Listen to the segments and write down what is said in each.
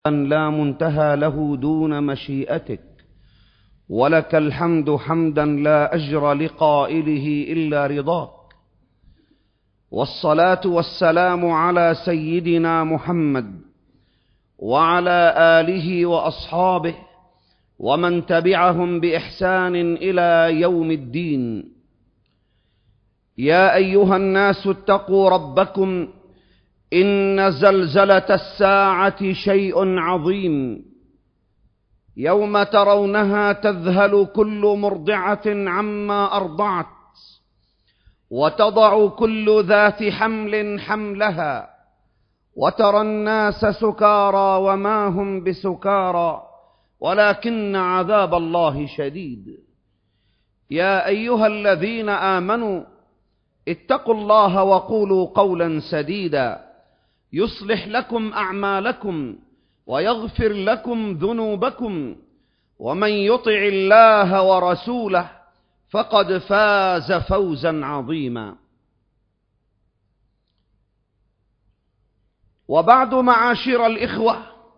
لا منتهى له دون مشيئتك، ولك الحمد حمدا لا أجر لقائله إلا رضاك. والصلاة والسلام على سيدنا محمد وعلى آله وأصحابه ومن تبعهم بإحسان إلى يوم الدين. يا أيها الناس اتقوا ربكم، إن زلزلة الساعة شيء عظيم، يوم ترونها تذهل كل مرضعة عما أرضعت، وتضع كل ذات حمل حملها، وترى الناس سكارى وما هم بسكارى ولكن عذاب الله شديد. يا أيها الذين آمنوا اتقوا الله وقولوا قولا سديدا يصلح لكم أعمالكم ويغفر لكم ذنوبكم، ومن يطع الله ورسوله فقد فاز فوزا عظيما. وبعد، معاشر الإخوة،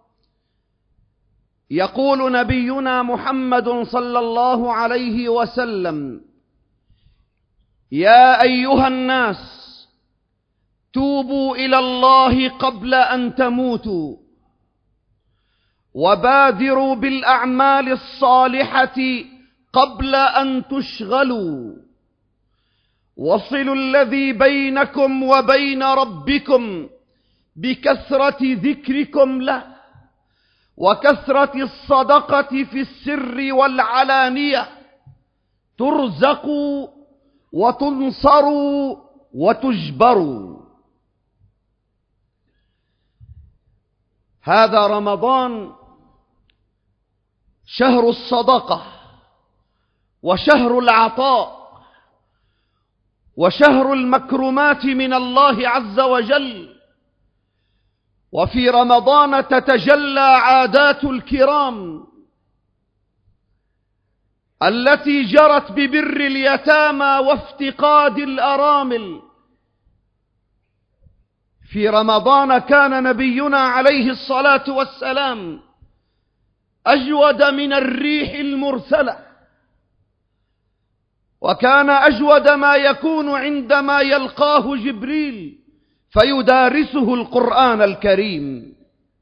يقول نبينا محمد صلى الله عليه وسلم: يا أيها الناس توبوا إلى الله قبل أن تموتوا، وبادروا بالأعمال الصالحة قبل أن تشغلوا، وصلوا الذي بينكم وبين ربكم بكثرة ذكركم له، وكثرة الصدقة في السر والعلانية، ترزقوا وتنصروا وتجبروا. هذا رمضان شهر الصدقة، وشهر العطاء، وشهر المكرمات من الله عز وجل. وفي رمضان تتجلى عادات الكرام التي جرت ببر اليتامى وافتقاد الأرامل. في رمضان كان نبينا عليه الصلاة والسلام أجود من الريح المرسلة، وكان أجود ما يكون عندما يلقاه جبريل فيدارسه القرآن الكريم.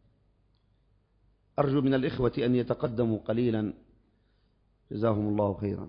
أرجو من الإخوة أن يتقدموا قليلا، جزاهم الله خيرا.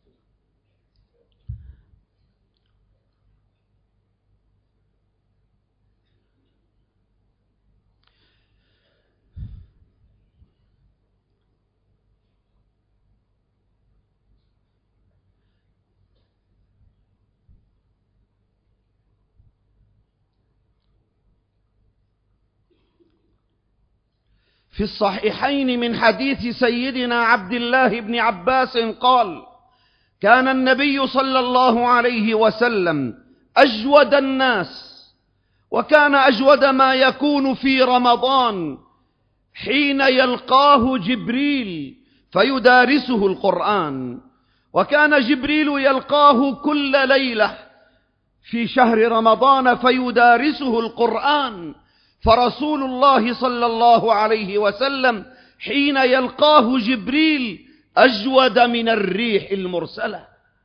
في الصحيحين من حديث سيدنا عبد الله بن عباس قال: كان النبي صلى الله عليه وسلم أجود الناس، وكان أجود ما يكون في رمضان حين يلقاه جبريل فيدارسه القرآن. وكان جبريل يلقاه كل ليلة في شهر رمضان فيدارسه القرآن. فرسول الله صلى الله عليه وسلم حين يلقاه جبريل أجود من الريح المرسلة.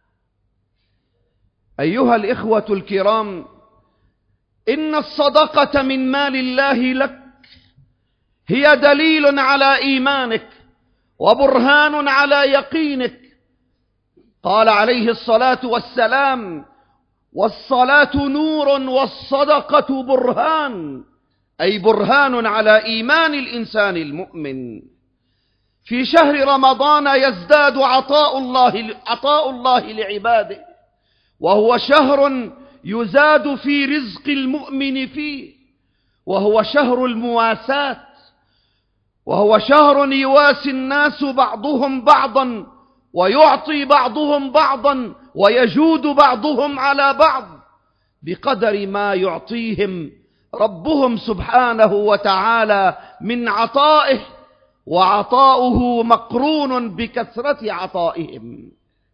أيها الإخوة الكرام، إن الصدقة من مال الله لك هي دليل على إيمانك وبرهان على يقينك. قال عليه الصلاة والسلام: والصلاة نور والصدقة برهان، أي برهان على إيمان الإنسان المؤمن. في شهر رمضان يزداد عطاء الله لعباده، وهو شهر يزاد في رزق المؤمن فيه، وهو شهر المواساة، وهو شهر يواسي الناس بعضهم بعضا، ويعطي بعضهم بعضا، ويجود بعضهم على بعض بقدر ما يعطيهم ربهم سبحانه وتعالى من عطائه، وعطاؤه مقرون بكثرة عطائهم.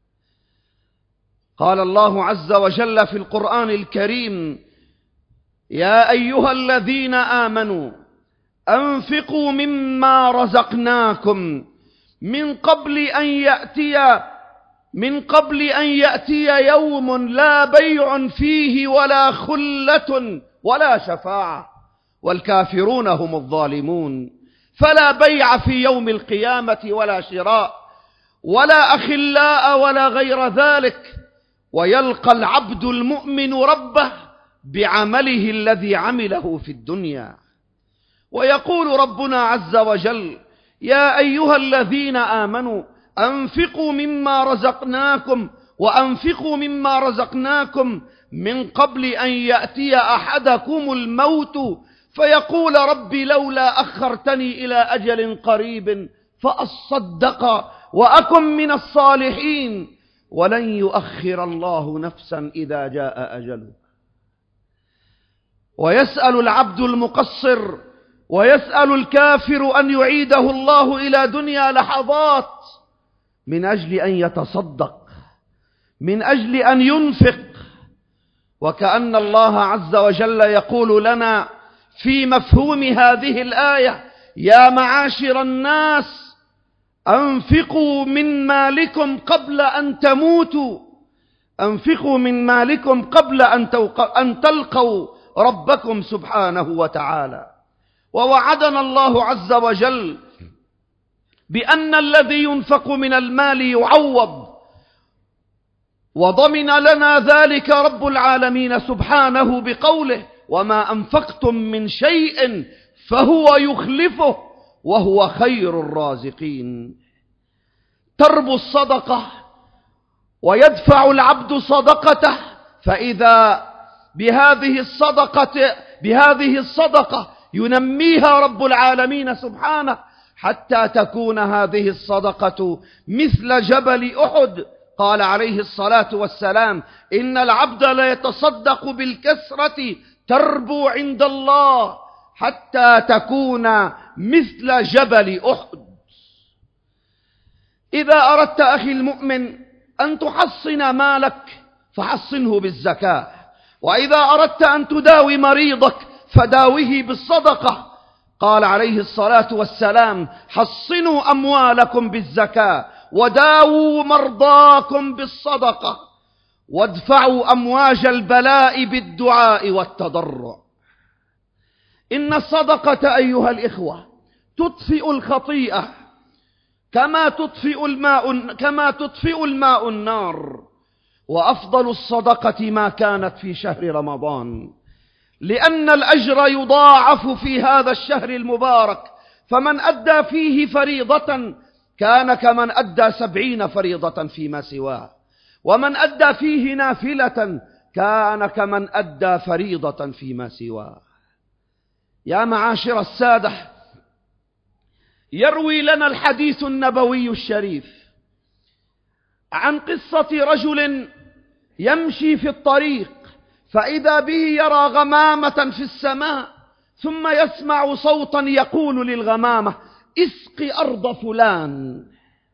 قال الله عز وجل في القرآن الكريم: يا أيها الذين آمنوا أنفقوا مما رزقناكم من قبل أن يأتي يوم لا بيع فيه ولا خلة ولا شفاعة والكافرون هم الظالمون. فلا بيع في يوم القيامة ولا شراء ولا أخلاء ولا غير ذلك، ويلقى العبد المؤمن ربه بعمله الذي عمله في الدنيا. ويقول ربنا عز وجل: يا أيها الذين آمنوا أنفقوا مما رزقناكم وأنفقوا مما رزقناكم من قبل أن يأتي أحدكم الموت فيقول رب لولا أخرتني إلى أجل قريب فأصدق وأكن من الصالحين ولن يؤخر الله نفسا إذا جاء أجله. ويسأل العبد المقصر ويسأل الكافر أن يعيده الله إلى دنيا لحظات من أجل أن يتصدق، من أجل أن ينفق، وكأن الله عز وجل يقول لنا في مفهوم هذه الآية: يا معاشر الناس أنفقوا من مالكم قبل أن تموتوا، أنفقوا من مالكم قبل أن تلقوا ربكم سبحانه وتعالى. ووعدنا الله عز وجل بأن الذي ينفق من المال يعوض، وضمن لنا ذلك رب العالمين سبحانه بقوله: وما أنفقتم من شيء فهو يخلفه وهو خير الرازقين. تربو الصدقة ويدفع العبد صدقته، فإذا بهذه الصدقة ينميها رب العالمين سبحانه حتى تكون هذه الصدقة مثل جبل أحد. قال عليه الصلاة والسلام: إن العبد لا يتصدق بالكسرة تربو عند الله حتى تكون مثل جبل أحد. إذا أردت أخي المؤمن أن تحصن مالك فحصنه بالزكاة، وإذا أردت أن تداوي مريضك فداوه بالصدقة. قال عليه الصلاة والسلام: حصنوا أموالكم بالزكاة وداووا مرضاكم بالصدقة وادفعوا أمواج البلاء بالدعاء والتضرع. إن الصدقة أيها الإخوة تطفئ الخطيئة كما تطفئ الماء النار. وأفضل الصدقة ما كانت في شهر رمضان، لأن الأجر يضاعف في هذا الشهر المبارك، فمن أدى فيه فريضة كان كمن أدى 70 فريضة فيما سواه، ومن أدى فيه نافلة كان كمن أدى فريضة فيما سواه. يا معاشر السادة، يروي لنا الحديث النبوي الشريف عن قصة رجل يمشي في الطريق فإذا به يرى غمامة في السماء، ثم يسمع صوتا يقول للغمامة: اسق أرض فلان.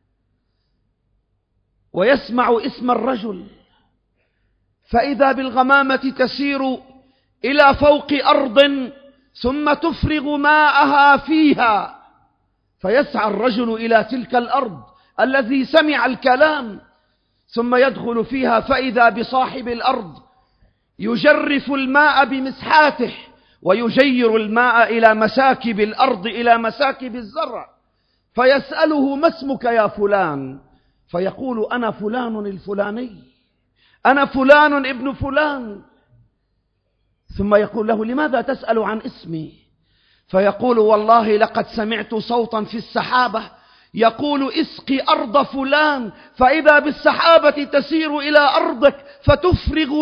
ويسمع اسم الرجل، فإذا بالغمامة تسير إلى فوق أرض ثم تفرغ ماءها فيها، فيسعى الرجل إلى تلك الأرض الذي سمع الكلام، ثم يدخل فيها فإذا بصاحب الأرض يجرف الماء بمسحاته ويجير الماء إلى مساكب الأرض، إلى مساكب الزرع، فيسأله: ما اسمك يا فلان؟ فيقول: أنا فلان الفلاني، أنا فلان ابن فلان. ثم يقول له: لماذا تسأل عن اسمي؟ فيقول: والله لقد سمعت صوتا في السحابة يقول: اسقي أرض فلان، فإذا بالسحابة تسير إلى أرضك فتفرغ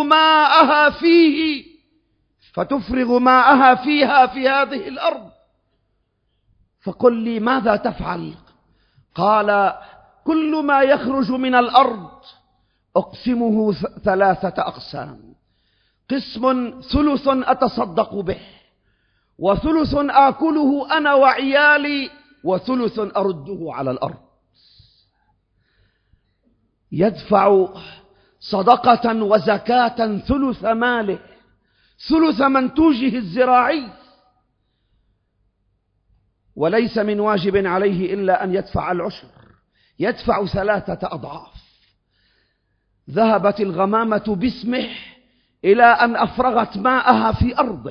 ماءها فيها في هذه الأرض. فقل لي ماذا تفعل؟ قال: كل ما يخرج من الأرض أقسمه 3 أقسام: قسم ثلث أتصدق به، وثلث آكله أنا وعيالي، وثلث أرده على الأرض. يدفع صدقة وزكاة ثلث ماله، ثلث منتوجه الزراعي. وليس من واجب عليه إلا أن يدفع العشر، يدفع 3 أضعاف. ذهبت الغمامة باسمه إلى أن أفرغت ماءها في أرضه،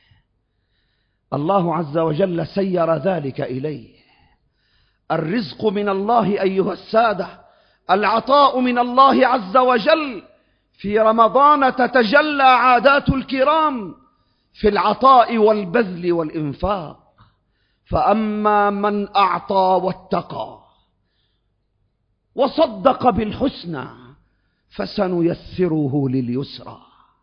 الله عز وجل سير ذلك إليه. الرزق من الله أيها السادة، العطاء من الله عز وجل. في رمضان تتجلى عادات الكرام في العطاء والبذل والإنفاق. فأما من أعطى واتقى وصدق بالحسنى فسنيسره لليسرى،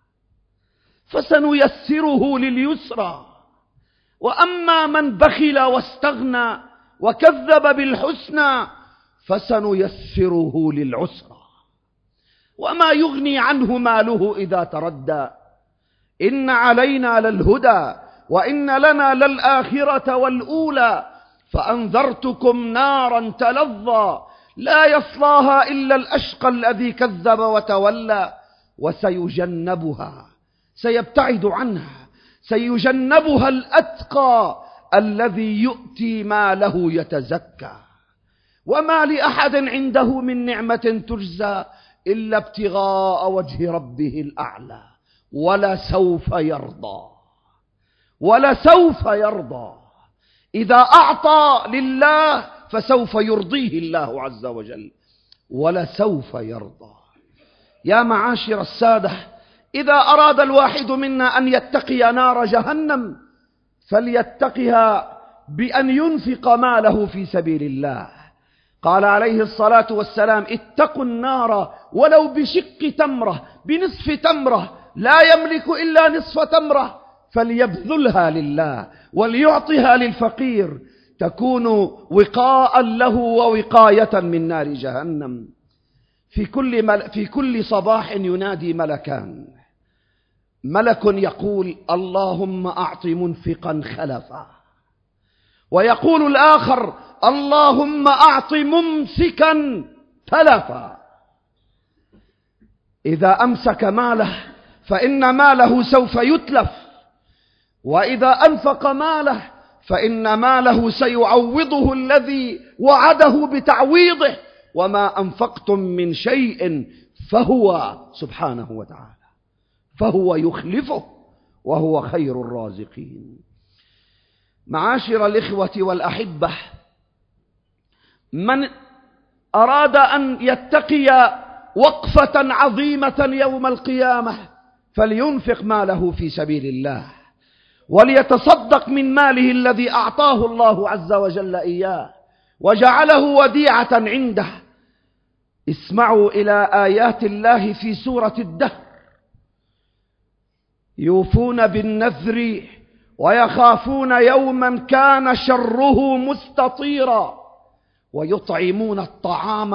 فسنيسره لليسرى. وأما من بخل واستغنى وكذب بالحسنى فسنيسره للعسرى. وما يغني عنه ماله إذا تردى. إن علينا للهدى وإن لنا للآخرة والأولى. فأنذرتكم نارا تلظى لا يصلاها إلا الأشقى الذي كذب وتولى. وسيجنبها، سيبتعد عنها، سيجنبها الأتقى الذي يؤتي ماله يتزكى. وما لأحد عنده من نعمة تجزى إلا ابتغاء وجه ربه الأعلى ولسوف يرضى، ولسوف يرضى. إذا أعطى لله فسوف يرضيه الله عز وجل، ولسوف يرضى. يا معاشر السادة، إذا أراد الواحد منا أن يتقي نار جهنم فليتقها بأن ينفق ماله في سبيل الله. قال عليه الصلاة والسلام: اتقوا النار ولو بشق تمرة، بنصف تمرة، لا يملك إلا نصف تمرة فليبذلها لله وليعطها للفقير، تكون وقاء له ووقاية من نار جهنم. في كل صباح ينادي ملكان، ملك يقول: اللهم أعط منفقا خلفا، ويقول الآخر: اللهم أعط ممسكا تلفا. إذا أمسك ماله فإن ماله سوف يتلف، وإذا أنفق ماله فإن ماله سيعوضه الذي وعده بتعويضه. وما أنفقتم من شيء فهو سبحانه وتعالى فهو يخلفه وهو خير الرازقين. معاشر الإخوة والأحبة، من أراد أن يتقي وقفة عظيمة يوم القيامة فلينفق ماله في سبيل الله، وليتصدق من ماله الذي أعطاه الله عز وجل إياه وجعله وديعة عنده. اسمعوا إلى آيات الله في سورة الدهر: يوفون بالنذر ويخافون يوما كان شره مستطيرا ويطعمون الطعام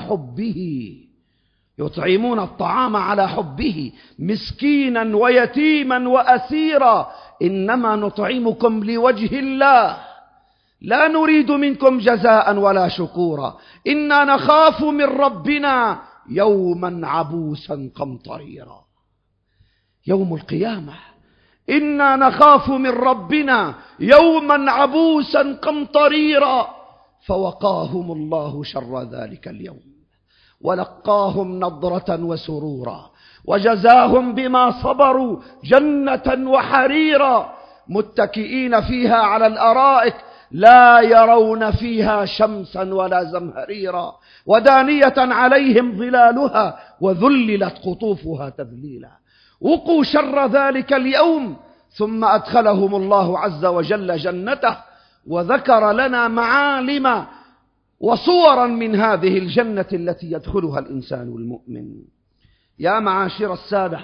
على حبه مسكينا ويتيما وأسيرا إنما نطعمكم لوجه الله لا نريد منكم جزاء ولا شكورا إنا نخاف من ربنا يوما عبوسا قمطريرا. يوم القيامة إنا نخاف من ربنا يوما عبوسا قمطريرا. فوقاهم الله شر ذلك اليوم ولقاهم نضرة وسرورا وجزاهم بما صبروا جنة وحريرا متكئين فيها على الأرائك لا يرون فيها شمسا ولا زمهريرا ودانية عليهم ظلالها وذللت قطوفها تذليلا. وقوا شر ذلك اليوم ثم أدخلهم الله عز وجل جنته وذكر لنا معالم وصورا من هذه الجنة التي يدخلها الإنسان المؤمن. يا معاشر السادة،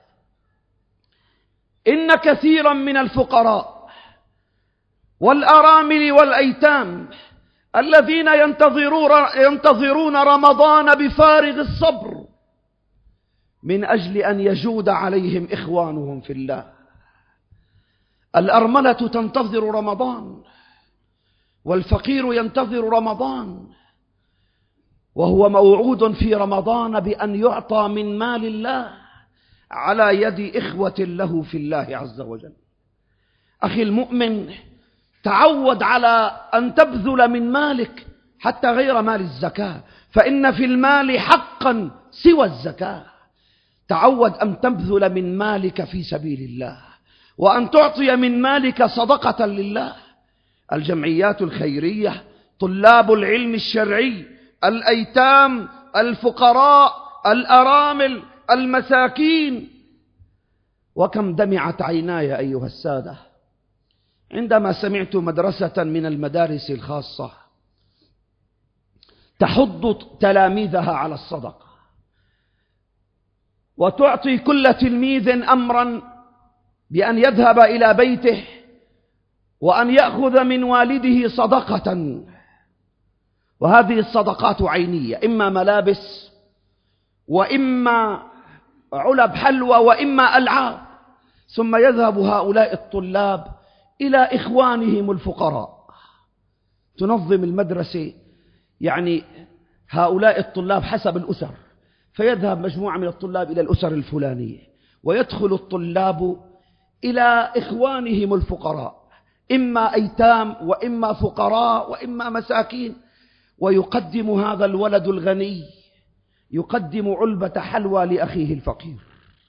إن كثيرا من الفقراء والأرامل والأيتام الذين ينتظرون رمضان بفارغ الصبر من أجل أن يجود عليهم إخوانهم في الله. الأرملة تنتظر رمضان والفقير ينتظر رمضان، وهو موعود في رمضان بأن يعطى من مال الله على يد إخوة له في الله عز وجل. أخي المؤمن، تعود على أن تبذل من مالك حتى غير مال الزكاة، فإن في المال حقا سوى الزكاة. تعود أن تبذل من مالك في سبيل الله، وأن تعطي من مالك صدقة لله. الجمعيات الخيرية، طلاب العلم الشرعي، الأيتام، الفقراء، الأرامل، المساكين. وكم دمعت عيناي أيها السادة عندما سمعت مدرسة من المدارس الخاصة تحض تلاميذها على الصدقة، وتعطي كل تلميذ أمرا بأن يذهب إلى بيته وأن يأخذ من والده صدقة. وهذه الصدقات عينية، إما ملابس وإما علب حلوى وإما ألعاب. ثم يذهب هؤلاء الطلاب إلى إخوانهم الفقراء. تنظم المدرسة يعني هؤلاء الطلاب حسب الأسر، فيذهب مجموعة من الطلاب إلى الأسر الفلانية، ويدخل الطلاب إلى إخوانهم الفقراء، إما أيتام وإما فقراء وإما مساكين. ويقدم هذا الولد الغني يقدم علبة حلوى لأخيه الفقير،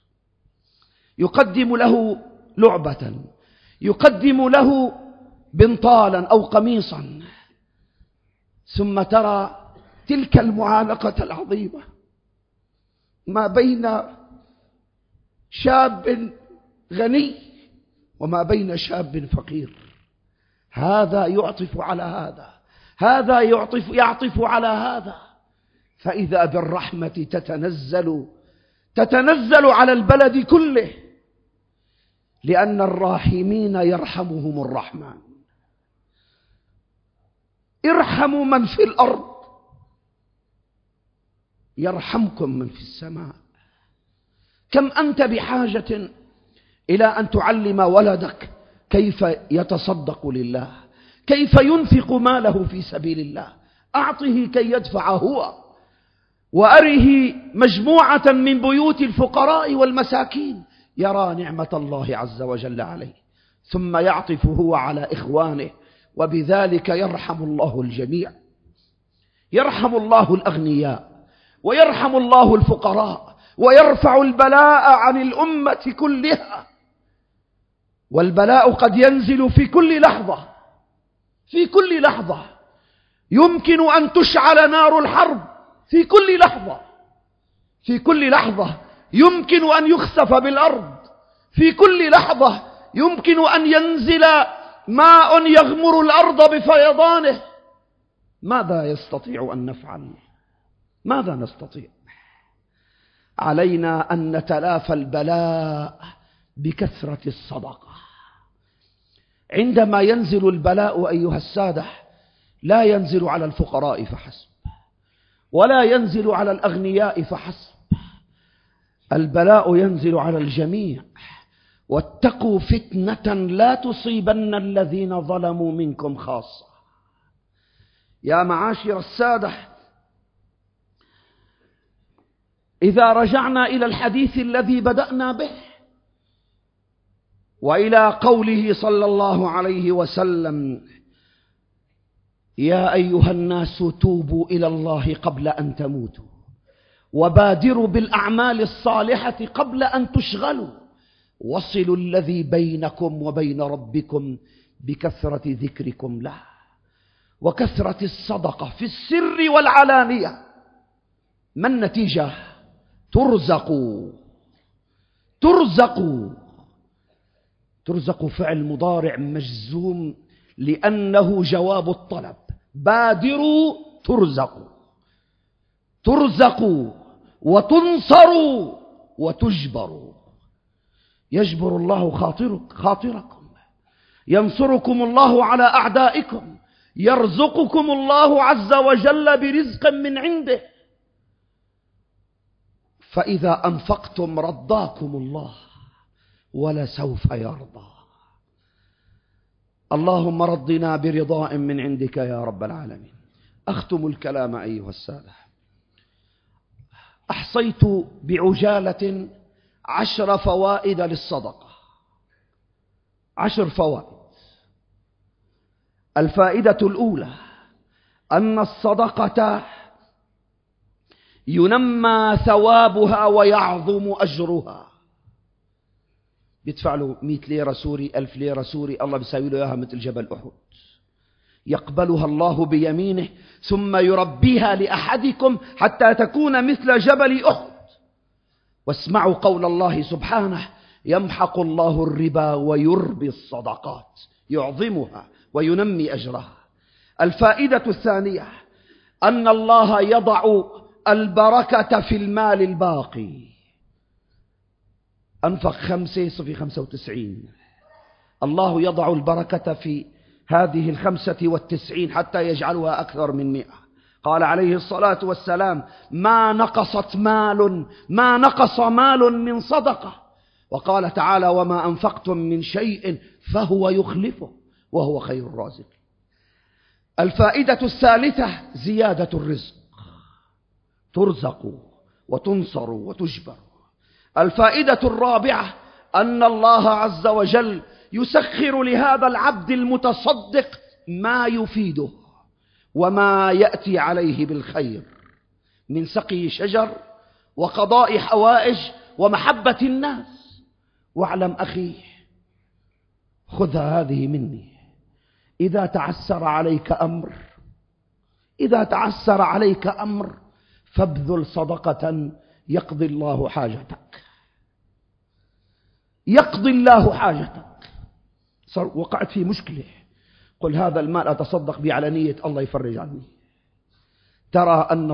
يقدم له لعبة، يقدم له بنطالا أو قميصا. ثم ترى تلك المعانقة العظيمة ما بين شاب غني وما بين شاب فقير. هذا يعطف على هذا، هذا يعطف على هذا، فإذا بالرحمة تتنزل على البلد كله، لأن الراحمين يرحمهم الرحمن. ارحموا من في الأرض يرحمكم من في السماء. كم أنت بحاجة إلى أن تعلم ولدك كيف يتصدق لله، كيف ينفق ماله في سبيل الله. أعطه كي يدفع هو، وأره مجموعة من بيوت الفقراء والمساكين يرى نعمة الله عز وجل عليه، ثم يعطف هو على إخوانه، وبذلك يرحم الله الجميع. يرحم الله الأغنياء ويرحم الله الفقراء، ويرفع البلاء عن الأمة كلها. والبلاء قد ينزل في كل لحظة، في كل لحظة يمكن أن تشعل نار الحرب، في كل لحظة، في كل لحظة يمكن أن يخسف بالأرض، في كل لحظة يمكن أن ينزل ماء يغمر الأرض بفيضانه. ماذا يستطيع أن نفعل؟ ماذا نستطيع؟ علينا أن نتلافى البلاء بكثرة الصدقة. عندما ينزل البلاء أيها السادة لا ينزل على الفقراء فحسب، ولا ينزل على الأغنياء فحسب، البلاء ينزل على الجميع. واتقوا فتنة لا تصيبن الذين ظلموا منكم خاصة. يا معاشر السادة، إذا رجعنا إلى الحديث الذي بدأنا به وإلى قوله صلى الله عليه وسلم: يا أيها الناس توبوا إلى الله قبل أن تموتوا، وبادروا بالأعمال الصالحة قبل أن تشغلوا، وصلوا الذي بينكم وبين ربكم بكثرة ذكركم له، وكثرة الصدقة في السر والعلانية. ما النتيجة؟ ترزقوا فعل مضارع مجزوم لأنه جواب الطلب. بادروا ترزقوا وتنصروا وتجبروا. يجبر الله خاطركم، ينصركم الله على أعدائكم، يرزقكم الله عز وجل برزق من عنده. فإذا أنفقتم رضاكم الله ولسوف يرضى. اللهم رضنا برضاء من عندك يا رب العالمين. أختم الكلام أيها السادة. أحصيت بعجالة 10 فوائد للصدقة، 10 فوائد. الفائدة الأولى أن الصدقة ينمى ثوابها ويعظم أجرها. بيدفع له 100 ليرة سوري، 1000 ليرة سوري، الله بيساوي له إياها مثل جبل أحد. يقبلها الله بيمينه ثم يربيها لأحدكم حتى تكون مثل جبل أحد. واسمعوا قول الله سبحانه: يمحق الله الربا ويربي الصدقات، يعظمها وينمي أجرها. الفائدة الثانية أن الله يضع البركة في المال الباقي. أنفق 5 صفي 95، الله يضع البركة في هذه 95 حتى يجعلها أكثر من 100. قال عليه الصلاة والسلام: ما نقص مال من صدقة. وقال تعالى: وما أنفقتم من شيء فهو يخلفه وهو خير الرازق. الفائدة الثالثة زيادة الرزق، ترزق وتنصر وتجبر. الفائدة الرابعة أن الله عز وجل يسخر لهذا العبد المتصدق ما يفيده وما يأتي عليه بالخير من سقي شجر وقضاء حوائج ومحبة الناس. واعلم أخي، خذ هذه مني: إذا تعسر عليك أمر فابذل صدقة يقضي الله حاجتك. وقعت في مشكلة، قل هذا المال أتصدق به على نية الله يفرج عني. ترى أن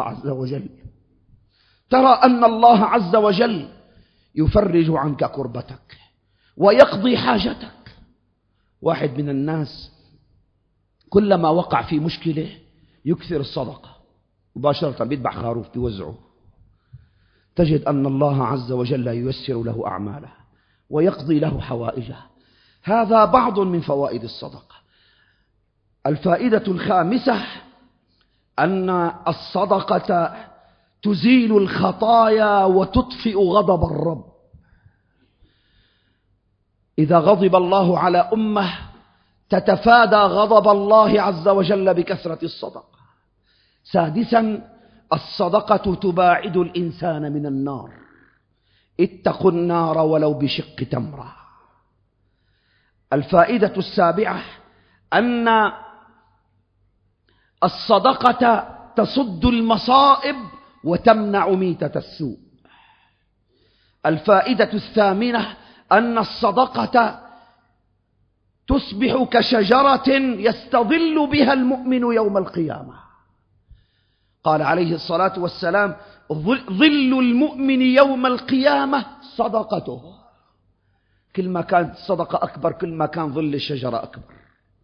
الله عز وجل يفرج عنك كربتك ويقضي حاجتك. واحد من الناس كلما وقع في مشكلة يكثر الصدقة، مباشرة بيذبح خروف بيوزعه، تجد أن الله عز وجل ييسر له أعماله ويقضي له حوائجه. هذا بعض من فوائد الصدقة. الفائدة الخامسة أن الصدقة تزيل الخطايا وتطفئ غضب الرب. إذا غضب الله على أمة تتفادى غضب الله عز وجل بكثرة الصدقة. سادسا الصدقة تباعد الإنسان من النار. اتقوا النار ولو بشق تمرة. الفائدة السابعة أن الصدقة تصد المصائب وتمنع ميتة السوء. الفائدة الثامنة أن الصدقة تصبح كشجرة يستظل بها المؤمن يوم القيامة. قال عليه الصلاة والسلام: ظل المؤمن يوم القيامة صدقته. كل ما كانت الصدقة أكبر كل ما كان ظل الشجرة أكبر.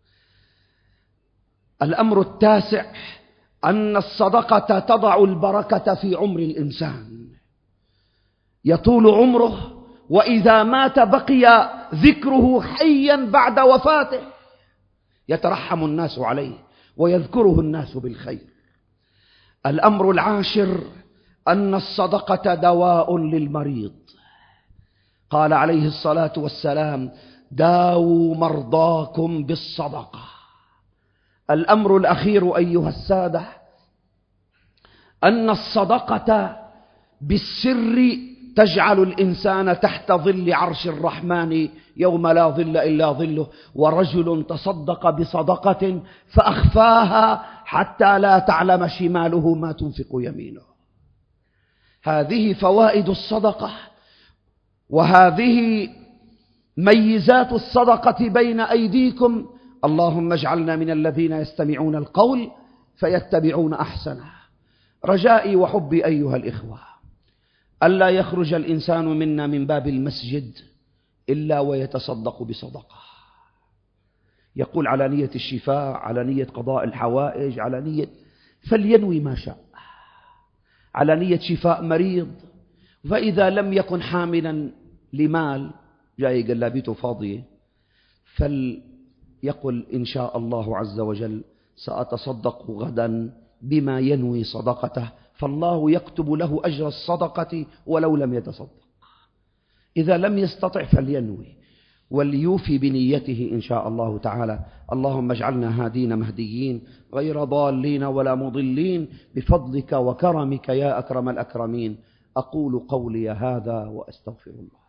الأمر التاسع أن الصدقة تضع البركة في عمر الإنسان، يطول عمره، وإذا مات بقي ذكره حيا بعد وفاته، يترحم الناس عليه ويذكره الناس بالخير. الأمر العاشر أن الصدقة دواء للمريض. قال عليه الصلاة والسلام: داووا مرضاكم بالصدقة. الأمر الأخير أيها السادة أن الصدقة بالسر تجعل الإنسان تحت ظل عرش الرحمن يوم لا ظل إلا ظله. ورجل تصدق بصدقة فأخفاها حتى لا تعلم شماله ما تنفق يمينه. هذه فوائد الصدقة، وهذه ميزات الصدقة بين أيديكم. اللهم اجعلنا من الذين يستمعون القول فيتبعون أحسنه. رجائي وحبي أيها الإخوة ألا يخرج الإنسان منا من باب المسجد إلا ويتصدق بصدقة، يقول على نية الشفاء، على نية قضاء الحوائج، على نية، فلينوي ما شاء، على نية شفاء مريض. فإذا لم يكن حاملا لمال، جاي قلابيته فاضية، فليقل إن شاء الله عز وجل سأتصدق غدا بما ينوي صدقته، فالله يكتب له أجر الصدقة ولو لم يتصدق. إذا لم يستطع فلينوي. وليوفي بنيته إن شاء الله تعالى. اللهم اجعلنا هادين مهديين غير ضالين ولا مضلين بفضلك وكرمك يا أكرم الأكرمين. أقول قولي هذا وأستغفر الله.